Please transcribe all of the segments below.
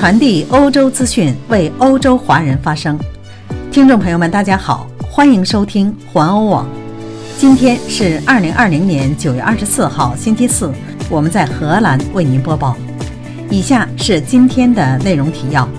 传递欧洲资讯，为欧洲华人发声。听众朋友们，大家好，欢迎收听环欧网。今天是2020年9月24号，星期四，我们在荷兰为您播报。以下是今天的内容提要。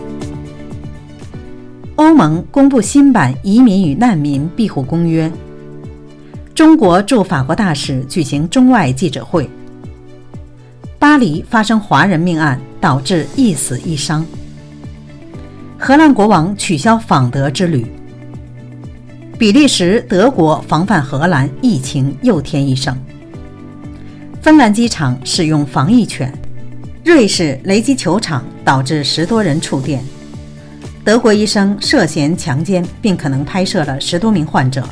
欧盟公布新版移民与难民庇护公约。中国驻法国大使举行中外记者会。巴黎发生华人命案，导致1死1伤。荷兰国王取消访德之旅。比利时、德国防范荷兰疫情又添一胜。芬兰机场使用防疫犬。瑞士雷击球场导致10多人触电。德国医生涉嫌强奸并可能拍摄了10多名患者。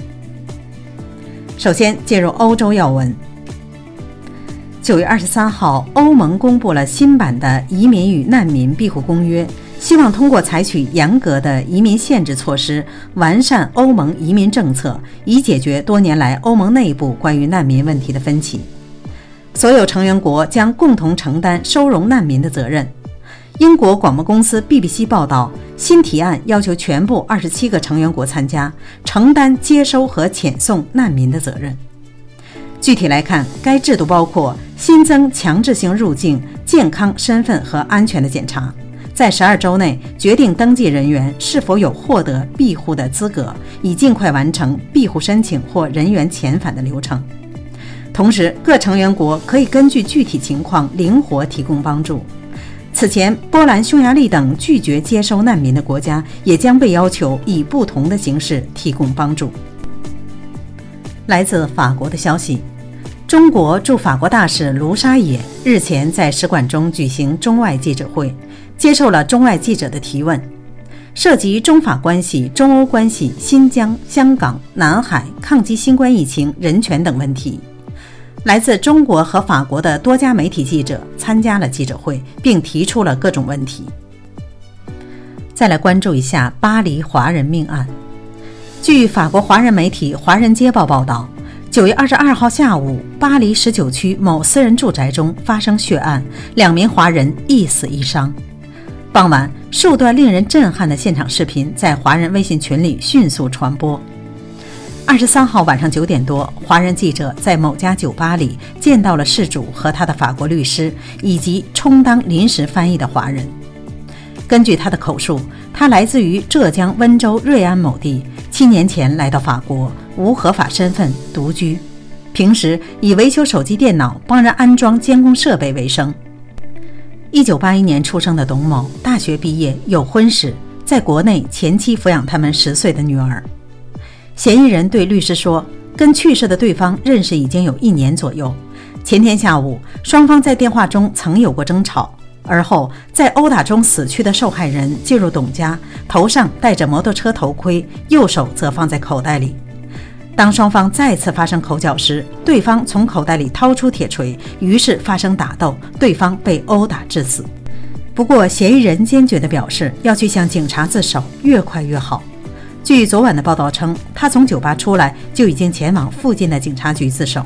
首先进入欧洲要闻。9月23号，欧盟公布了新版的移民与难民庇护公约，希望通过采取严格的移民限制措施，完善欧盟移民政策，以解决多年来欧盟内部关于难民问题的分歧。所有成员国将共同承担收容难民的责任。英国广播公司 BBC 报道，新提案要求全部27个成员国参加，承担接收和遣送难民的责任。具体来看，该制度包括新增强制性入境、健康、身份和安全的检查，在12周内决定登记人员是否有获得庇护的资格，以尽快完成庇护申请或人员遣返的流程。同时，各成员国可以根据具体情况灵活提供帮助。此前，波兰、匈牙利等拒绝接收难民的国家也将被要求以不同的形式提供帮助。来自法国的消息，中国驻法国大使卢沙野日前在使馆中举行中外记者会，接受了中外记者的提问，涉及中法关系、中欧关系、新疆、香港、南海、抗击新冠疫情、人权等问题。来自中国和法国的多家媒体记者参加了记者会，并提出了各种问题。再来关注一下巴黎华人命案。据法国华人媒体《华人街报》报道，9月22号下午，巴黎19区某私人住宅中发生血案，2名华人1死1伤。傍晚，数段令人震撼的现场视频在华人微信群里迅速传播。23号晚上9点多，华人记者在某家酒吧里见到了事主和他的法国律师，以及充当临时翻译的华人。根据他的口述，他来自于浙江温州瑞安某地，7年前来到法国，无合法身份，独居，平时以维修手机电脑、帮人安装监控设备为生。1981年出生的董某，大学毕业，有婚史，在国内前妻抚养他们10岁的女儿。嫌疑人对律师说，跟去世的对方认识已经有1年左右，前天下午双方在电话中曾有过争吵，而后在殴打中死去的受害人进入董家，头上戴着摩托车头盔，右手则放在口袋里。当双方再次发生口角时，对方从口袋里掏出铁锤，于是发生打斗，对方被殴打致死。不过嫌疑人坚决地表示要去向警察自首，越快越好。据昨晚的报道称，他从酒吧出来就已经前往附近的警察局自首。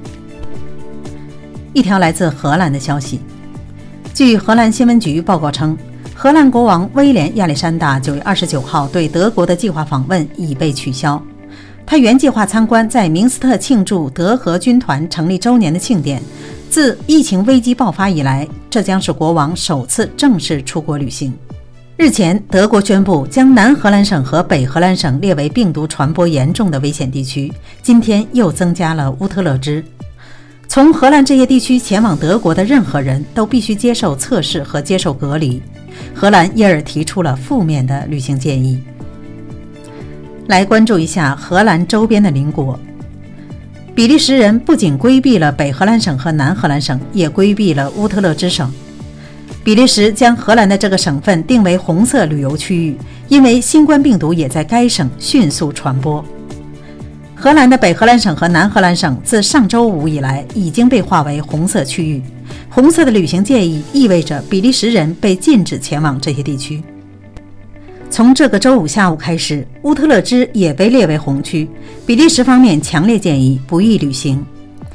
一条来自荷兰的消息，据荷兰新闻局报告称，荷兰国王威廉亚历山大9月29号对德国的计划访问已被取消。他原计划参观在明斯特庆祝德荷军团成立周年的庆典，自疫情危机爆发以来，这将是国王首次正式出国旅行。日前，德国宣布将南荷兰省和北荷兰省列为病毒传播严重的危险地区，今天又增加了乌特勒支。从荷兰这些地区前往德国的任何人都必须接受测试和接受隔离。荷兰因而提出了负面的旅行建议。来关注一下荷兰周边的邻国。比利时人不仅规避了北荷兰省和南荷兰省，也规避了乌特勒支省。比利时将荷兰的这个省份定为红色旅游区域，因为新冠病毒也在该省迅速传播。荷兰的北荷兰省和南荷兰省自上周五以来已经被划为红色区域。红色的旅行建议意味着比利时人被禁止前往这些地区。从这个周五下午开始，乌特勒支也被列为红区，比利时方面强烈建议不宜旅行。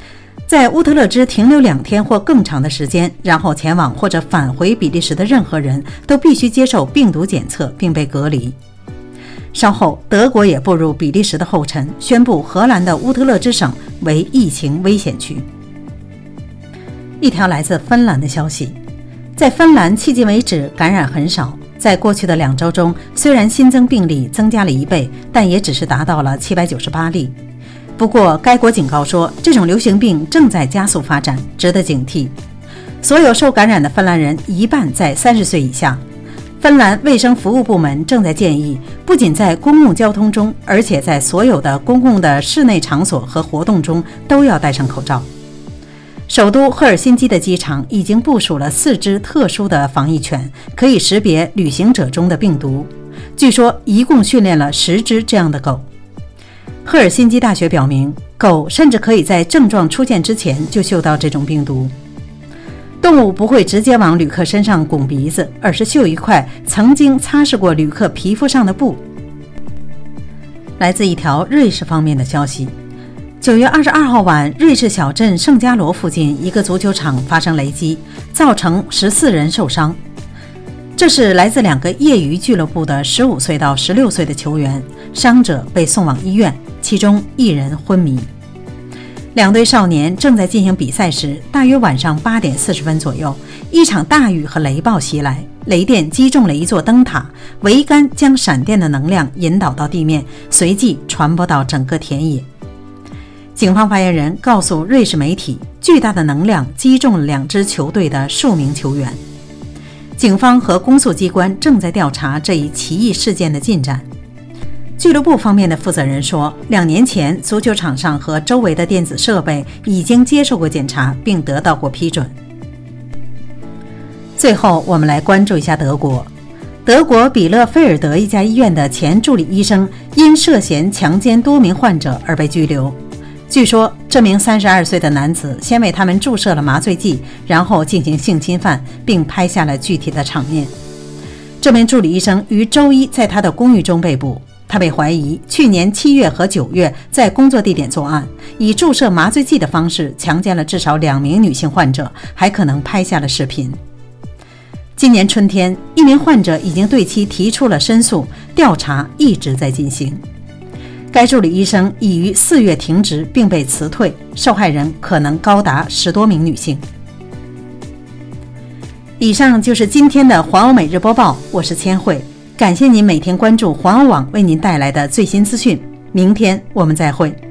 在乌特勒支停留2天或更长的时间，然后前往或者返回比利时的任何人都必须接受病毒检测并被隔离。稍后，德国也步入比利时的后尘，宣布荷兰的乌特勒支省为疫情危险区。一条来自芬兰的消息，在芬兰迄今为止感染很少，在过去的2周中，虽然新增病例增加了1倍，但也只是达到了798例。不过，该国警告说，这种流行病正在加速发展，值得警惕。所有受感染的芬兰人一半在30岁以下。芬兰卫生服务部门正在建议，不仅在公共交通中，而且在所有的公共的室内场所和活动中都要戴上口罩。首都赫尔辛基的机场已经部署了4只特殊的防疫犬，可以识别旅行者中的病毒。据说一共训练了10只这样的狗。赫尔辛基大学表明，狗甚至可以在症状出现之前就嗅到这种病毒。动物不会直接往旅客身上拱鼻子，而是嗅一块曾经擦拭过旅客皮肤上的布。来自一条瑞士方面的消息，9月22号晚，瑞士小镇圣加罗附近一个足球场发生雷击，造成14人受伤。这是来自2个业余俱乐部的15岁到16岁的球员，伤者被送往医院，其中1人昏迷。2队少年正在进行比赛时，大约晚上8点40分左右，一场大雨和雷暴袭来，雷电击中了一座灯塔，桅杆将闪电的能量引导到地面，随即传播到整个田野。警方发言人告诉瑞士媒体，巨大的能量击中了2支球队的数名球员。警方和公诉机关正在调查这一奇异事件的进展。俱乐部方面的负责人说，2年前足球场上和周围的电子设备已经接受过检查并得到过批准。最后，我们来关注一下德国。德国比勒菲尔德一家医院的前助理医生因涉嫌强奸多名患者而被拘留。据说，这名32岁的男子先为他们注射了麻醉剂，然后进行性侵犯，并拍下了具体的场面。这名助理医生于周一在他的公寓中被捕。他被怀疑去年7月和9月在工作地点作案，以注射麻醉剂的方式强奸了至少2名女性患者，还可能拍下了视频。今年春天，一名患者已经对其提出了申诉，调查一直在进行。该助理医生已于4月停职并被辞退，受害人可能高达10多名女性。以上就是今天的环欧每日播报，我是千惠。感谢您每天关注环欧网为您带来的最新资讯，明天我们再会。